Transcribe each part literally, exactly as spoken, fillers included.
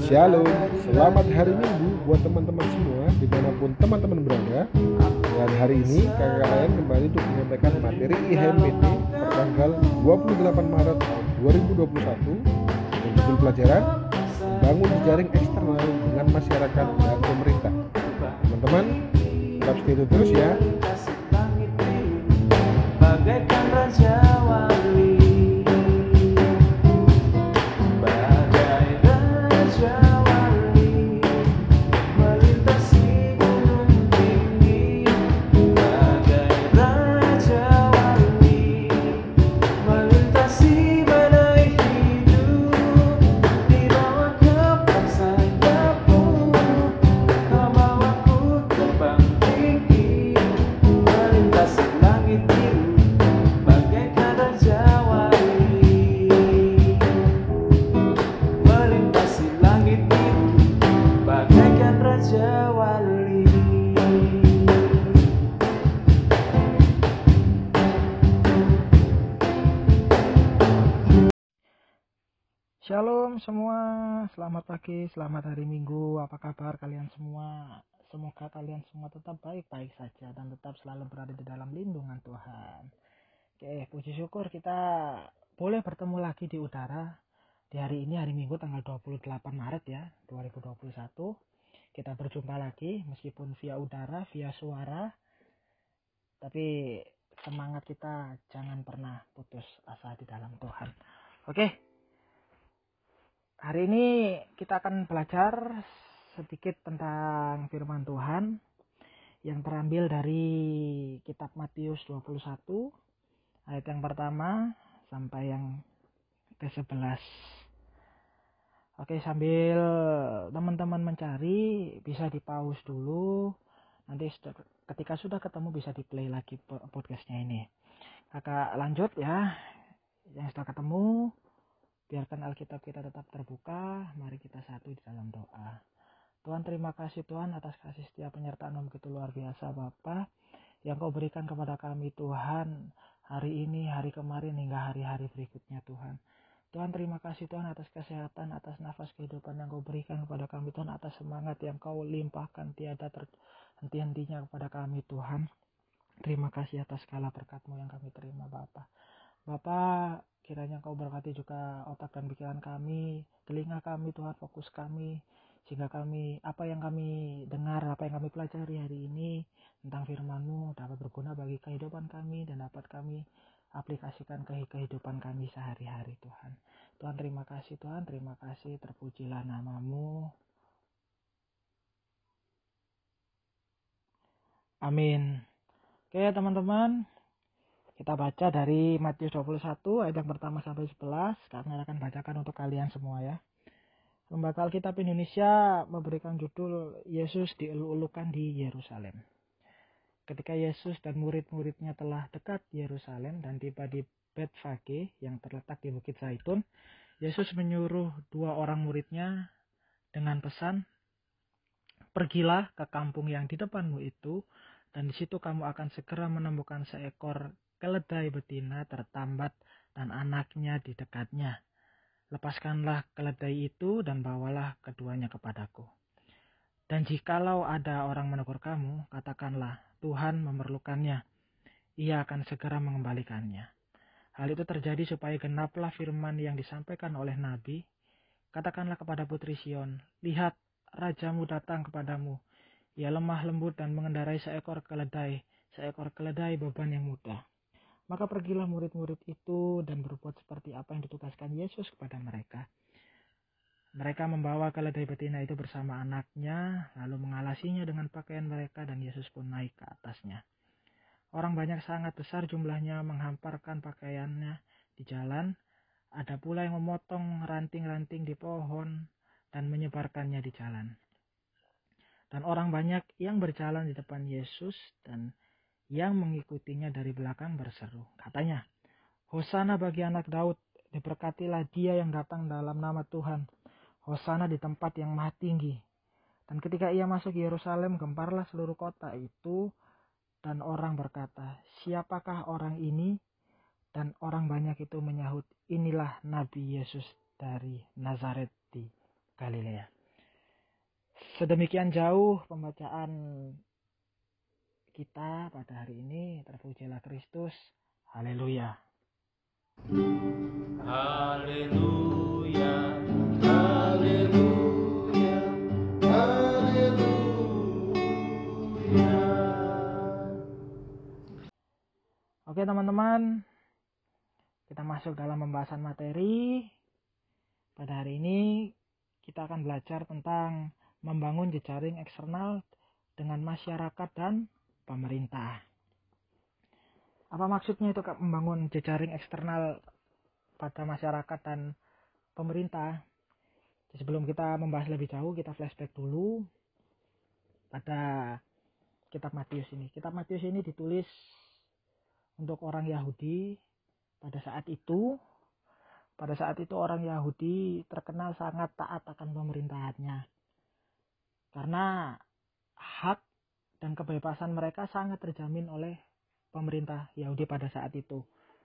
Shalom, selamat hari Minggu buat teman-teman semua dimanapun teman-teman berada. Dan hari ini kakak kalian kembali untuk menyampaikan materi I H M P T pertanggal dua puluh delapan Maret tahun dua ribu dua puluh satu dengan judul pelajaran membangun jejaring eksternal dengan masyarakat dan pemerintah. Teman-teman tetap stay tune terus ya. Bagaikan raja wali, bagai raja wali, melintasi gunung tinggi. Bagai raja wali, melintasi badai hidup. Di bawah kepala sayapmu, kau bawaku terbang tinggi, melintasi langit biru. Bagaikan raja wali, melintasi langit biru, bagaikan raja wali. Shalom semua, selamat pagi, selamat hari Minggu. Apa kabar kalian semua? Semoga kalian semua tetap baik-baik saja dan tetap selalu berada di dalam lindungan Tuhan. Oke, puji syukur kita boleh bertemu lagi di udara di hari ini, hari Minggu tanggal dua puluh delapan Maret ya, dua ribu dua puluh satu. Kita berjumpa lagi meskipun via udara, via suara. Tapi semangat kita jangan pernah putus asa di dalam Tuhan. Oke. Hari ini kita akan belajar sedikit tentang firman Tuhan yang terambil dari kitab Matius dua puluh satu ayat yang pertama sampai yang ke sebelas. Oke, sambil teman-teman mencari bisa di pause dulu. Nanti ketika sudah ketemu bisa di play lagi podcastnya ini. Kakak lanjut ya. Yang sudah ketemu, biarkan Alkitab kita tetap terbuka. Mari kita satu di dalam doa. Tuhan, terima kasih Tuhan atas kasih setia penyertaan yang begitu luar biasa Bapa yang Kau berikan kepada kami Tuhan hari ini, hari kemarin hingga hari-hari berikutnya Tuhan. Tuhan, terima kasih Tuhan atas kesehatan, atas nafas kehidupan yang Kau berikan kepada kami Tuhan, atas semangat yang Kau limpahkan tiada terhenti-hentinya kepada kami Tuhan. Terima kasih atas segala berkat-Mu yang kami terima Bapa. Bapa, kiranya Kau berkati juga otak dan pikiran kami, telinga kami Tuhan, fokus kami, sehingga kami, apa yang kami dengar, apa yang kami pelajari hari ini tentang firman-Mu dapat berguna bagi kehidupan kami dan dapat kami aplikasikan ke kehidupan kami sehari-hari Tuhan. Tuhan, terima kasih Tuhan, terima kasih, terpujilah nama-Mu. Amin. Oke teman-teman, kita baca dari Matius dua puluh satu ayat yang pertama sampai sebelas, karena akan bacakan untuk kalian semua ya. Lembaga Alkitab Indonesia memberikan judul Yesus dielu-elukan di Yerusalem. Ketika Yesus dan murid-muridnya telah dekat Yerusalem dan tiba di Betfage yang terletak di Bukit Zaitun, Yesus menyuruh dua orang muridnya dengan pesan, "Pergilah ke kampung yang di depanmu itu, dan di situ kamu akan segera menemukan seekor keledai betina tertambat dan anaknya di dekatnya. Lepaskanlah keledai itu dan bawalah keduanya kepadaku. Dan jikalau ada orang menegur kamu, katakanlah, Tuhan memerlukannya. Ia akan segera mengembalikannya." Hal itu terjadi supaya genaplah firman yang disampaikan oleh Nabi. "Katakanlah kepada putri Sion, lihat, rajamu datang kepadamu. Ia lemah lembut dan mengendarai seekor keledai, seekor keledai beban yang mudah." Maka pergilah murid-murid itu dan berbuat seperti apa yang ditugaskan Yesus kepada mereka. Mereka membawa keledai betina itu bersama anaknya, lalu mengalasinya dengan pakaian mereka, dan Yesus pun naik ke atasnya. Orang banyak sangat besar jumlahnya menghamparkan pakaiannya di jalan. Ada pula yang memotong ranting-ranting di pohon dan menyebarkannya di jalan. Dan orang banyak yang berjalan di depan Yesus dan yang mengikutinya dari belakang berseru. Katanya, "Hosana bagi anak Daud, diberkatilah dia yang datang dalam nama Tuhan. Hosana di tempat yang maha tinggi." Dan ketika ia masuk Yerusalem, gemparlah seluruh kota itu, dan orang berkata, "Siapakah orang ini?" Dan orang banyak itu menyahut, "Inilah Nabi Yesus dari Nazaret di Galilea. Sedemikian jauh pembacaan kita pada hari ini. Terpujilah Kristus. Haleluya. Haleluya, haleluya, haleluya. Oke teman-teman, kita masuk dalam pembahasan materi. Pada hari ini kita akan belajar tentang membangun jejaring eksternal dengan masyarakat dan pemerintah. Apa maksudnya itu Kak, membangun jejaring eksternal pada masyarakat dan pemerintah? Sebelum kita membahas lebih jauh, kita flashback dulu pada kitab Matius ini. Kitab Matius ini ditulis untuk orang Yahudi pada saat itu. Pada saat itu orang Yahudi terkenal sangat taat akan pemerintahannya. Karena hak dan kebebasan mereka sangat terjamin oleh pemerintah Yahudi pada saat itu.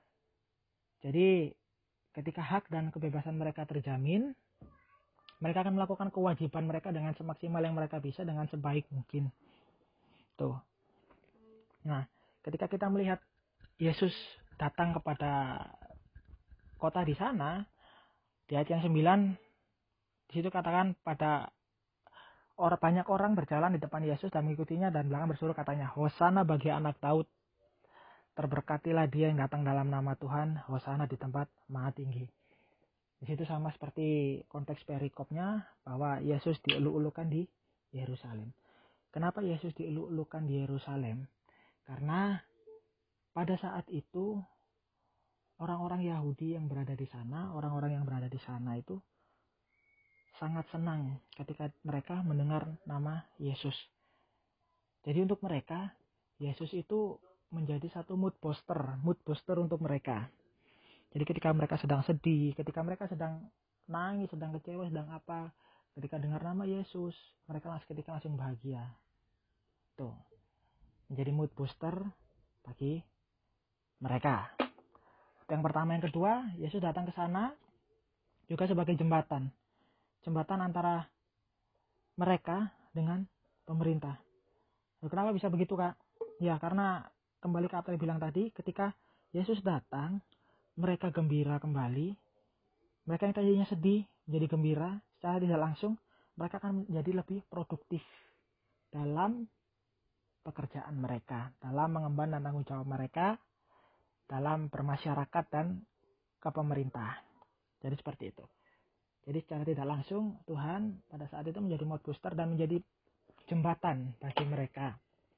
Jadi ketika hak dan kebebasan mereka terjamin, mereka akan melakukan kewajiban mereka dengan semaksimal yang mereka bisa, dengan sebaik mungkin. Tuh. Nah, ketika kita melihat Yesus datang kepada kota di sana, di ayat yang sembilan, di situ katakan pada orang banyak orang berjalan di depan Yesus dan mengikutinya, dan belakang bersuruh katanya, Hosana bagi anak Daud. Terberkatilah dia yang datang dalam nama Tuhan, Hosana di tempat maha tinggi. Di situ sama seperti konteks perikopnya, bahwa Yesus dieluk-elukan di Yerusalem. Kenapa Yesus dieluk-elukan di Yerusalem? Karena pada saat itu orang-orang Yahudi yang berada di sana, orang-orang yang berada di sana itu sangat senang ketika mereka mendengar nama Yesus. Jadi untuk mereka, Yesus itu menjadi satu mood booster, mood booster untuk mereka. Jadi ketika mereka sedang sedih, ketika mereka sedang nangis, sedang kecewa, sedang apa, ketika dengar nama Yesus, mereka langsung ketika langsung bahagia. Tuh, menjadi mood booster bagi mereka. Yang pertama, yang kedua, Yesus datang ke sana juga sebagai jembatan, jembatan antara mereka dengan pemerintah. Lalu kenapa bisa begitu Kak? Ya karena kembali ke apa yang bilang tadi, ketika Yesus datang, mereka gembira kembali. Mereka yang tadinya sedih menjadi gembira, secara tidak langsung mereka akan menjadi lebih produktif dalam pekerjaan mereka, dalam mengemban dan tanggung jawab mereka, dalam bermasyarakat dan ke pemerintah. Jadi seperti itu. Jadi secara tidak langsung Tuhan pada saat itu menjadi mood booster dan menjadi jembatan bagi mereka,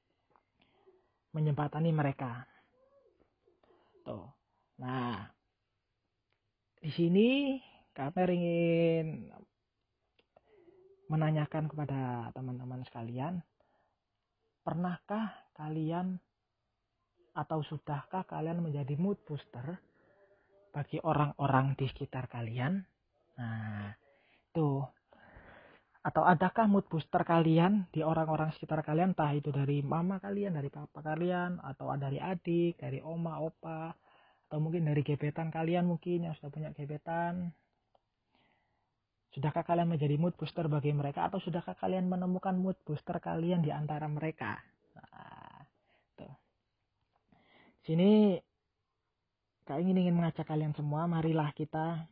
menjembatani mereka. Tuh. Nah, di sini kami ingin menanyakan kepada teman-teman sekalian, pernahkah kalian atau sudahkah kalian menjadi mood booster bagi orang-orang di sekitar kalian? Nah, tuh. Atau adakah mood booster kalian di orang-orang sekitar kalian, entah itu dari mama kalian, dari papa kalian, atau dari adik, dari oma, opa, atau mungkin dari gebetan kalian mungkin yang sudah punya gebetan. Sudahkah kalian menjadi mood booster bagi mereka, atau sudahkah kalian menemukan mood booster kalian di antara mereka? Nah, tuh. Sini Kak ingin ingin mengajak kalian semua, marilah kita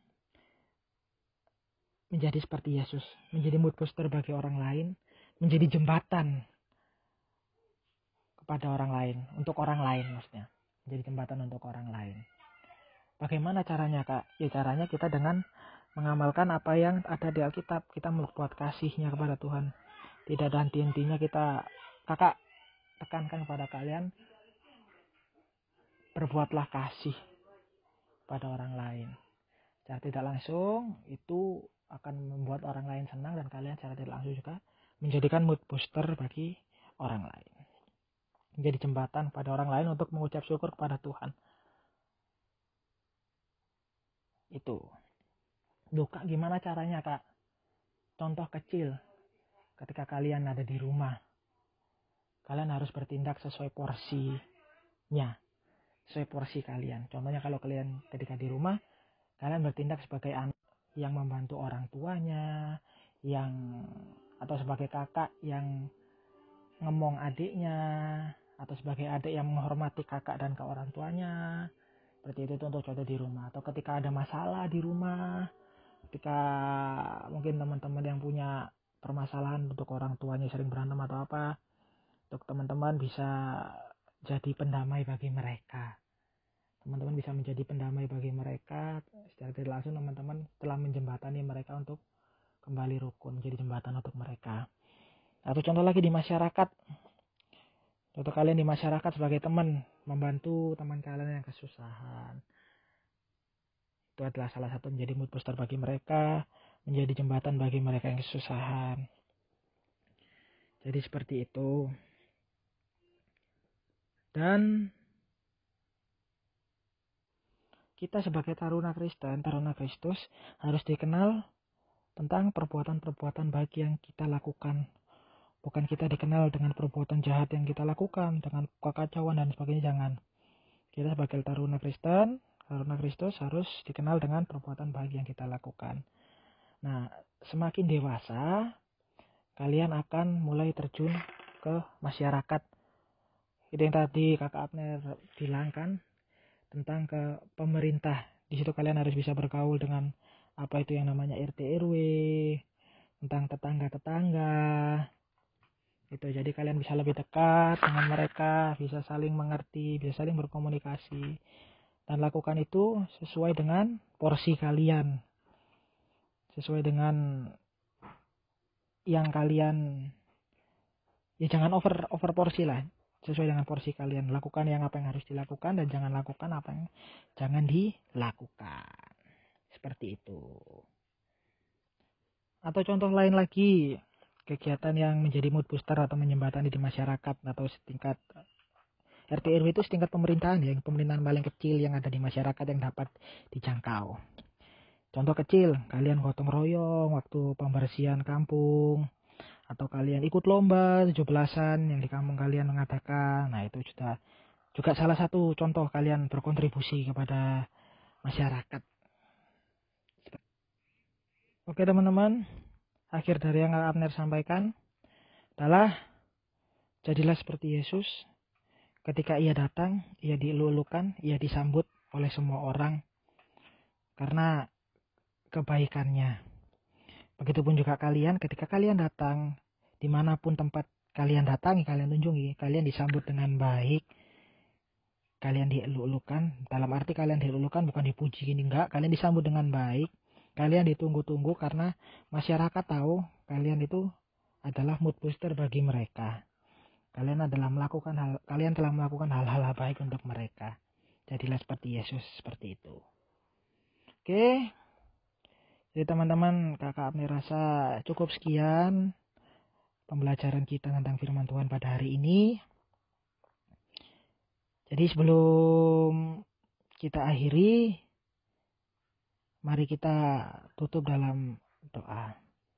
menjadi seperti Yesus, menjadi mood booster bagi orang lain, menjadi jembatan kepada orang lain, untuk orang lain maksudnya, menjadi jembatan untuk orang lain. Bagaimana caranya Kak? Ya caranya kita dengan mengamalkan apa yang ada di Alkitab, kita membuat kasihnya kepada Tuhan. Tidak ada henti-hentinya kita, kakak tekankan kepada kalian, berbuatlah kasih pada orang lain. Secara tidak langsung itu akan membuat orang lain senang, dan kalian secara tidak langsung juga menjadikan mood booster bagi orang lain, menjadi jembatan pada orang lain untuk mengucap syukur kepada Tuhan. Itu. Duh Kak, gimana caranya Kak? Contoh kecil, ketika kalian ada di rumah, kalian harus bertindak sesuai porsinya, sesuai porsi kalian. Contohnya kalau kalian ketika di rumah, kalian bertindak sebagai anak yang membantu orang tuanya, yang atau sebagai kakak yang ngemong adiknya, atau sebagai adik yang menghormati kakak dan ke orang tuanya. Seperti itu, itu untuk contoh di rumah. Atau ketika ada masalah di rumah, ketika mungkin teman-teman yang punya permasalahan untuk orang tuanya sering berantem atau apa, untuk teman-teman bisa jadi pendamai bagi mereka. Teman-teman bisa menjadi pendamai bagi mereka. Secara tidak langsung teman-teman telah menjembatani mereka untuk kembali rukun, jadi jembatan untuk mereka. Atau contoh lagi di masyarakat. Contoh kalian di masyarakat sebagai teman, membantu teman kalian yang kesusahan. Itu adalah salah satu menjadi mood booster bagi mereka, menjadi jembatan bagi mereka yang kesusahan. Jadi seperti itu. Dan kita sebagai taruna Kristen, taruna Kristus harus dikenal tentang perbuatan-perbuatan baik yang kita lakukan. Bukan kita dikenal dengan perbuatan jahat yang kita lakukan, dengan kekacauan dan sebagainya, jangan. Kita sebagai taruna Kristen, taruna Kristus harus dikenal dengan perbuatan baik yang kita lakukan. Nah, semakin dewasa, kalian akan mulai terjun ke masyarakat. Itu yang tadi Kakak Abner bilang kan, tentang ke pemerintah. Di situ kalian harus bisa bergaul dengan apa itu yang namanya R T R W, tentang tetangga-tetangga. Itu jadi kalian bisa lebih dekat dengan mereka, bisa saling mengerti, bisa saling berkomunikasi, dan lakukan itu sesuai dengan porsi kalian, sesuai dengan yang kalian, ya jangan over over porsi lah, sesuai dengan porsi kalian. Lakukan yang apa yang harus dilakukan dan jangan lakukan apa yang jangan dilakukan. Seperti itu. Atau contoh lain lagi, kegiatan yang menjadi mood booster atau menyembatani di masyarakat atau setingkat R T R W itu setingkat pemerintahan ya, pemerintahan paling kecil yang ada di masyarakat yang dapat dijangkau. Contoh kecil, kalian gotong royong waktu pembersihan kampung, atau kalian ikut lomba tujuh belasan yang di kampung kalian mengadakan. Nah, itu sudah juga salah satu contoh kalian berkontribusi kepada masyarakat. Oke teman-teman, akhir dari yang Abner sampaikan adalah jadilah seperti Yesus. Ketika ia datang, ia dilulukan, ia disambut oleh semua orang karena kebaikannya. Begitupun juga kalian, ketika kalian datang, dimanapun tempat kalian datangi, kalian kunjungi, kalian disambut dengan baik, kalian dilulukan. Dalam arti kalian dilulukan bukan dipuji gini, enggak. Kalian disambut dengan baik, kalian ditunggu-tunggu karena masyarakat tahu kalian itu adalah mood booster bagi mereka. Kalian adalah melakukan hal, kalian telah melakukan hal-hal baik untuk mereka. Jadilah seperti Yesus, seperti itu. Oke. Jadi teman-teman, Kakak Abner rasa cukup sekian pembelajaran kita tentang firman Tuhan pada hari ini. Jadi sebelum kita akhiri, mari kita tutup dalam doa.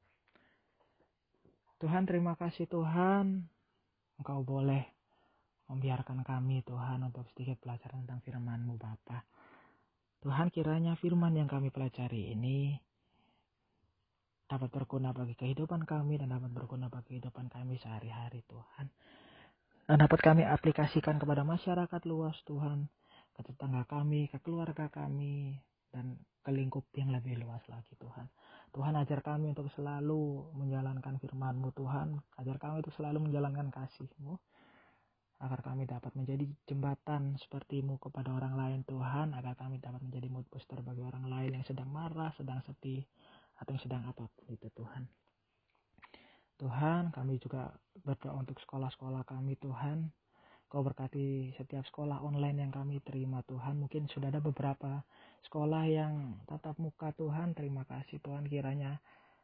Tuhan, terima kasih Tuhan, Engkau boleh membiarkan kami Tuhan untuk sedikit belajar tentang firman-Mu Bapa. Tuhan, kiranya firman yang kami pelajari ini dapat berguna bagi kehidupan kami dan dapat berguna bagi kehidupan kami sehari-hari Tuhan. Dan dapat kami aplikasikan kepada masyarakat luas Tuhan, ke tetangga kami, ke keluarga kami, dan ke lingkup yang lebih luas lagi Tuhan. Tuhan, ajar kami untuk selalu menjalankan firman-Mu Tuhan. Ajar kami untuk selalu menjalankan kasih-Mu, agar kami dapat menjadi jembatan seperti-Mu kepada orang lain Tuhan. Agar kami dapat menjadi mood booster bagi orang lain yang sedang marah, sedang sedih, atau yang sedang apapun itu Tuhan. Tuhan, kami juga berdoa untuk sekolah-sekolah kami Tuhan. Kau berkati setiap sekolah online yang kami terima Tuhan. Mungkin sudah ada beberapa sekolah yang tatap muka Tuhan. Terima kasih Tuhan, kiranya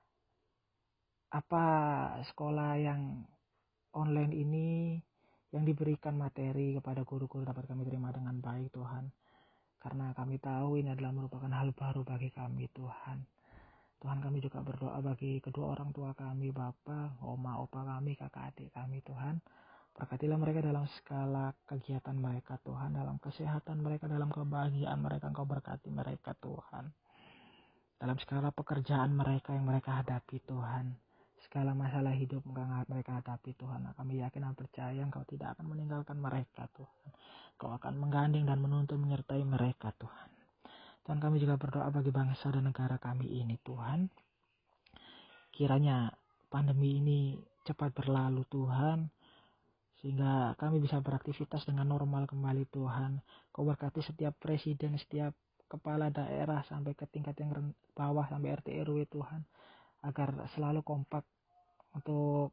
apa sekolah yang online ini yang diberikan materi kepada guru-guru dapat kami terima dengan baik Tuhan. Karena kami tahu ini adalah merupakan hal baru bagi kami Tuhan. Tuhan, kami juga berdoa bagi kedua orang tua kami, Bapak, Oma, Opa kami, kakak adik kami Tuhan. Berkatilah mereka dalam segala kegiatan mereka Tuhan, dalam kesehatan mereka, dalam kebahagiaan mereka. Engkau berkati mereka Tuhan. dalam segala pekerjaan mereka yang mereka hadapi Tuhan. Segala masalah hidup yang mereka hadapi Tuhan. Kami yakin dan percaya Engkau tidak akan meninggalkan mereka Tuhan. Engkau akan menggandeng dan menuntun menyertai mereka Tuhan. Tuhan, kami juga berdoa bagi bangsa dan negara kami ini Tuhan. Kiranya pandemi ini cepat berlalu Tuhan, sehingga kami bisa beraktivitas dengan normal kembali Tuhan. Kau berkati setiap presiden, setiap kepala daerah sampai ke tingkat yang bawah sampai R T R W Tuhan, agar selalu kompak untuk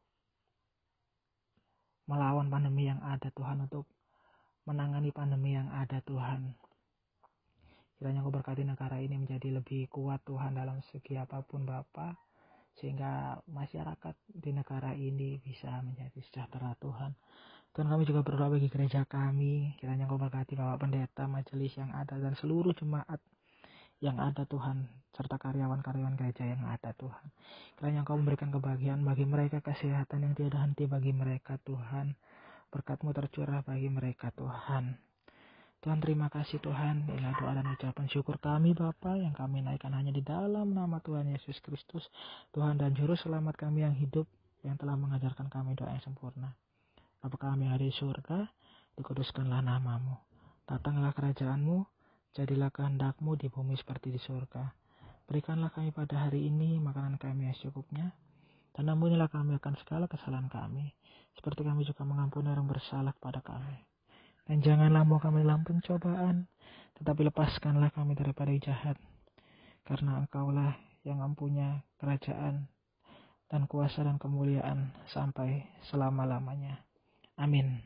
melawan pandemi yang ada Tuhan, untuk menangani pandemi yang ada Tuhan. Kiranya Kau berkati negara ini menjadi lebih kuat Tuhan dalam segi apapun Bapa, sehingga masyarakat di negara ini bisa menjadi sejahtera Tuhan. Tuhan, kami juga berdoa bagi gereja kami. Kiranya Kau berkati Bapak Pendeta, majelis yang ada, dan seluruh jemaat yang ada Tuhan, serta karyawan-karyawan gereja yang ada Tuhan. Kiranya Kau memberikan kebahagiaan bagi mereka, kesehatan yang tiada henti bagi mereka Tuhan. Berkat-Mu tercurah bagi mereka Tuhan. Tuhan, terima kasih Tuhan. Inilah doa dan ucapan syukur kami Bapa yang kami naikkan hanya di dalam nama Tuhan Yesus Kristus, Tuhan dan Juru Selamat kami yang hidup, yang telah mengajarkan kami doa yang sempurna. Bapa kami yang ada di surga, dikuduskanlah nama-Mu. Datanglah kerajaan-Mu, jadilah kehendak-Mu di bumi seperti di surga. Berikanlah kami pada hari ini makanan kami yang secukupnya, dan ampunilah kami akan segala kesalahan kami, seperti kami juga mengampuni orang bersalah kepada kami. Dan janganlah mau kami dalam pencobaan, tetapi lepaskanlah kami daripada jahat, karena Engkaulah yang mempunyai kerajaan dan kuasa dan kemuliaan sampai selama-lamanya. Amin.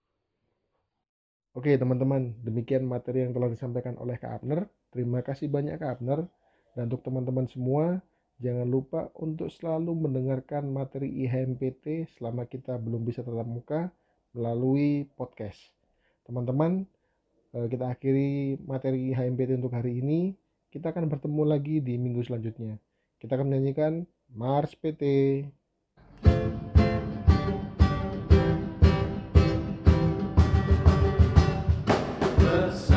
Oke teman-teman, demikian materi yang telah disampaikan oleh Kak Abner. Terima kasih banyak Kak Abner. Dan untuk teman-teman semua, jangan lupa untuk selalu mendengarkan materi I H M P T selama kita belum bisa tatap muka melalui podcast. Teman-teman, kita akhiri materi I H M P T untuk hari ini. Kita akan bertemu lagi di minggu selanjutnya. Kita akan menyanyikan Mars P T.